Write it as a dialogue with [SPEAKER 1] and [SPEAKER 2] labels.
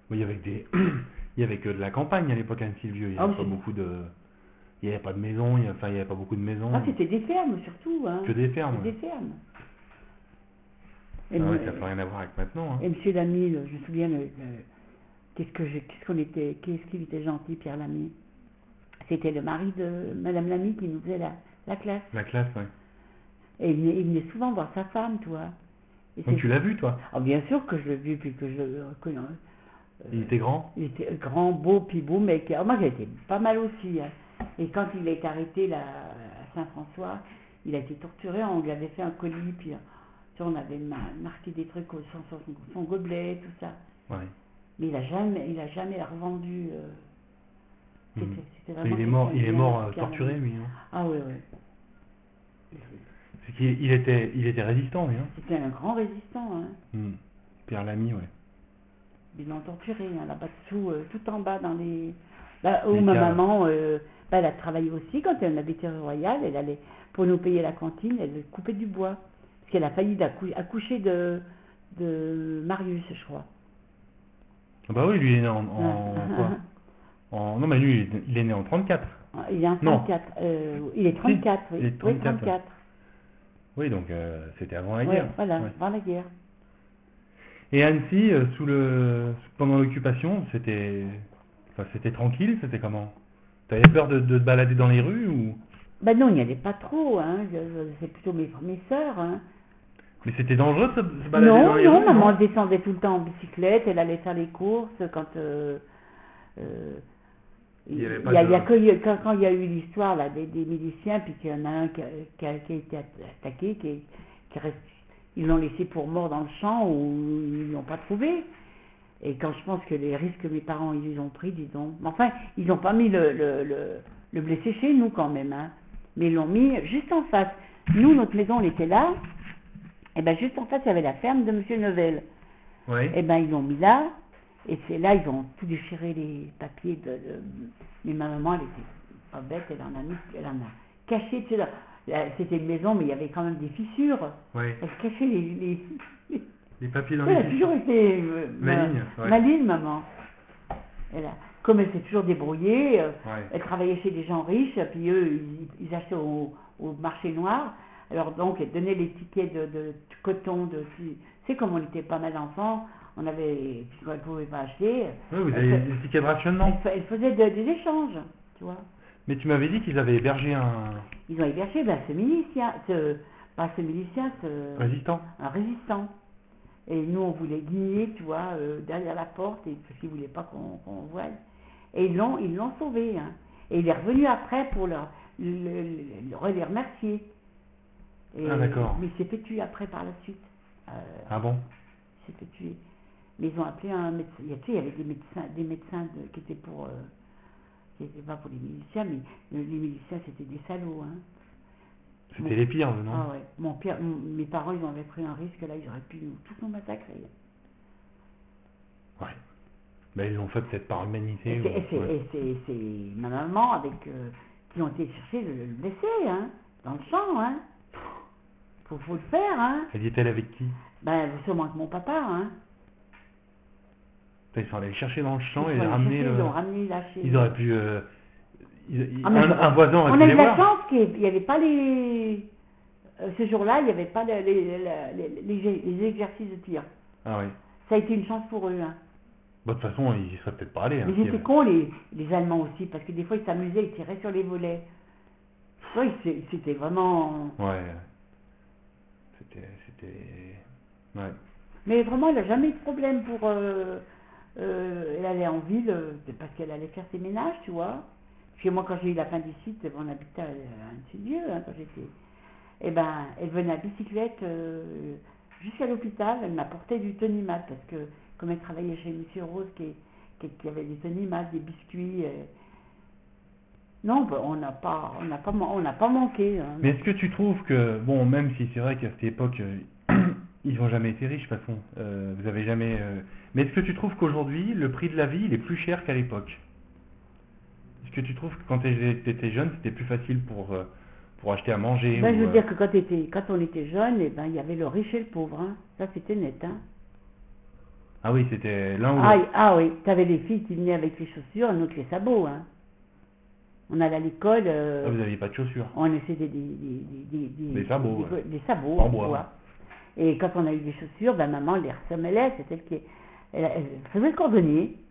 [SPEAKER 1] Oui, il y avait il y avait que de la campagne à l'époque, Anne-Sylvieux. Il n'y
[SPEAKER 2] Ah
[SPEAKER 1] avait
[SPEAKER 2] oui,
[SPEAKER 1] pas beaucoup de. Il n'y avait pas de maison, enfin, il n'y avait pas beaucoup de maisons.
[SPEAKER 2] ah, c'était des fermes surtout, hein.
[SPEAKER 1] Que des fermes.
[SPEAKER 2] C'était
[SPEAKER 1] Ouais.
[SPEAKER 2] des fermes.
[SPEAKER 1] Ah oui, ça n'a rien à voir avec maintenant. Hein.
[SPEAKER 2] Et Monsieur Lamy, je me souviens, qu'est-ce qu'il était gentil, Pierre Lamy. C'était le mari de Madame Lamy qui nous faisait la classe.
[SPEAKER 1] La classe, oui.
[SPEAKER 2] Et il venait souvent voir sa femme, toi. Et
[SPEAKER 1] Donc tu l'as vu, toi?
[SPEAKER 2] Ah, bien sûr que je l'ai vu, puis que je le reconnais.
[SPEAKER 1] Il était grand?
[SPEAKER 2] Il était grand, beau, puis beau, mais moi j'ai été pas mal aussi. Hein. Et quand il a été arrêté là, à Saint-François, il a été torturé, on lui avait fait un colis, puis on avait marqué des trucs sur son gobelet, tout ça.
[SPEAKER 1] Ouais.
[SPEAKER 2] Mais il a jamais revendu. C'était
[SPEAKER 1] vraiment. Il est mort torturé, lui, non?
[SPEAKER 2] Ah oui.
[SPEAKER 1] C'est qu'il était résistant, lui. Hein.
[SPEAKER 2] C'était un grand résistant. Hein.
[SPEAKER 1] Pierre Lamy, ouais.
[SPEAKER 2] Ils l'ont torturé, hein, là-bas dessous, tout en bas dans les. Là où ma maman, elle a travaillé aussi quand elle habitait rue Royale. Elle allait, pour nous payer la cantine, elle coupait du bois. Parce qu'elle a failli accoucher de Marius, je crois.
[SPEAKER 1] Ah bah oui, lui, il est né en quoi? Non, mais lui, il est né en 34.
[SPEAKER 2] Il est en 34. Il est 34, oui.
[SPEAKER 1] Il est 34.
[SPEAKER 2] Oui, 34.
[SPEAKER 1] Oui, donc c'était avant la guerre.
[SPEAKER 2] Voilà, avant la guerre.
[SPEAKER 1] Et Annecy, pendant l'occupation, c'était tranquille, c'était comment? T'avais peur de te balader dans les rues ou?
[SPEAKER 2] Ben non, il n'y allait pas trop, hein. C'est plutôt mes sœurs, hein.
[SPEAKER 1] Mais c'était dangereux de se balader dans les rues?
[SPEAKER 2] Non, maman descendait tout le temps en bicyclette, elle allait faire les courses quand quand il y a eu l'histoire là des miliciens, puis qu'il y en a un qui a été attaqué, ils l'ont laissé pour mort dans le champ ou ils l'ont pas trouvé. Et quand je pense que les risques que mes parents ils ont pris, disons, enfin ils n'ont pas mis le blessé chez nous quand même, hein, mais ils l'ont mis juste en face. Nous, notre maison, on était là, et ben juste en face il y avait la ferme de Monsieur Nevel.
[SPEAKER 1] Oui.
[SPEAKER 2] Et ben ils l'ont mis là. Et c'est là, ils ont tout déchiré les papiers mais ma maman, elle était pas bête, elle en a caché, tu sais, c'était une maison, mais il y avait quand même des fissures.
[SPEAKER 1] Oui.
[SPEAKER 2] Elle cachait
[SPEAKER 1] les papiers dans les
[SPEAKER 2] fissures. Elle a toujours été maligne, maman. Comme elle s'est toujours débrouillée, elle travaillait chez des gens riches, puis eux, ils achetaient au marché noir. Alors donc, elle donnait les tickets de coton, tu sais, comme on était pas mal d'enfants, on avait, puisqu'on ne pouvait pas acheter.
[SPEAKER 1] Oui, vous avez des tickets de rationnement.
[SPEAKER 2] Elle faisait des échanges, tu vois.
[SPEAKER 1] Mais tu m'avais dit qu'ils avaient hébergé
[SPEAKER 2] Ils ont hébergé ce milicien,
[SPEAKER 1] résistant.
[SPEAKER 2] Un résistant. Et nous, on voulait guigner, tu vois, derrière la porte, parce qu'ils ne voulaient pas qu'on voie. Et ils l'ont sauvé. Hein. Et il est revenu après pour les remercier.
[SPEAKER 1] Ah, d'accord.
[SPEAKER 2] Mais il s'est fait tuer après par la suite.
[SPEAKER 1] Ah bon?
[SPEAKER 2] Il s'est fait tuer. Mais ils ont appelé un médecin. Tu sais, il y avait des médecins qui étaient qui n'étaient pas pour les miliciens, mais les miliciens, c'était des salauds. Hein.
[SPEAKER 1] C'était les pires, non?
[SPEAKER 2] Ah ouais. Mes parents, ils avaient pris un risque, là, ils auraient pu tous nous massacrer.
[SPEAKER 1] Ouais. Mais ils l'ont fait peut-être par humanité.
[SPEAKER 2] Et c'est ma maman qui ont été chercher le blessé, hein, dans le champ, hein. Faut le faire, hein.
[SPEAKER 1] Elle y était avec qui?
[SPEAKER 2] Ben, sûrement avec mon papa, hein.
[SPEAKER 1] Ils sont allés le chercher dans le champ et
[SPEAKER 2] ils
[SPEAKER 1] l'ont
[SPEAKER 2] ramené là chez.
[SPEAKER 1] Ils auraient pu. Un voisin aurait pu les voir.
[SPEAKER 2] On a eu la chance qu'il n'y avait pas ce jour-là, il n'y avait pas les exercices de tir.
[SPEAKER 1] Ah oui.
[SPEAKER 2] Ça a été une chance pour eux, hein.
[SPEAKER 1] Bon, de toute façon, ils ne seraient peut-être pas allés. Hein,
[SPEAKER 2] mais ils étaient cons, les Allemands aussi, parce que des fois, ils s'amusaient, ils tiraient sur les volets. Oui, c'était vraiment.
[SPEAKER 1] Ouais. C'était. Ouais.
[SPEAKER 2] Mais vraiment, elle n'a jamais eu de problème pour. Elle allait en ville, parce qu'elle allait faire ses ménages, tu vois. Puis moi, quand j'ai eu l'appendicite, on habitait à Annecy-Vieux, hein, quand j'étais. Eh ben, elle venait à bicyclette jusqu'à l'hôpital, elle m'apportait du Tonimat, parce que comme elle travaillait chez Monsieur Rose, qui avait des Tonimat, des biscuits. Non, ben, on n'a pas manqué. Hein.
[SPEAKER 1] Mais est-ce que tu trouves que, bon, même si c'est vrai qu'à cette époque, ils n'ont jamais été riches, de toute façon, vous avez jamais. Mais est-ce que tu trouves qu'aujourd'hui, le prix de la vie, il est plus cher qu'à l'époque? Est-ce que tu trouves que quand tu étais jeune, c'était plus facile pour acheter à manger?
[SPEAKER 2] Ben, je veux dire que quand on était jeune, eh ben, il y avait le riche et le pauvre. Hein. Ça, c'était net. Hein.
[SPEAKER 1] Ah oui, c'était l'un ou
[SPEAKER 2] Ah,
[SPEAKER 1] l'autre.
[SPEAKER 2] ah oui, t'avais les filles qui venaient avec les chaussures, nous avec les sabots. Hein. On allait à l'école,
[SPEAKER 1] Ah, vous n'aviez pas de chaussures.
[SPEAKER 2] on essayait
[SPEAKER 1] Des sabots, ouais.
[SPEAKER 2] des sabots
[SPEAKER 1] En bois.
[SPEAKER 2] bois. Et quand on a eu des chaussures, ben maman les ressemblait, c'est elle qui elle faisait le cordonnier.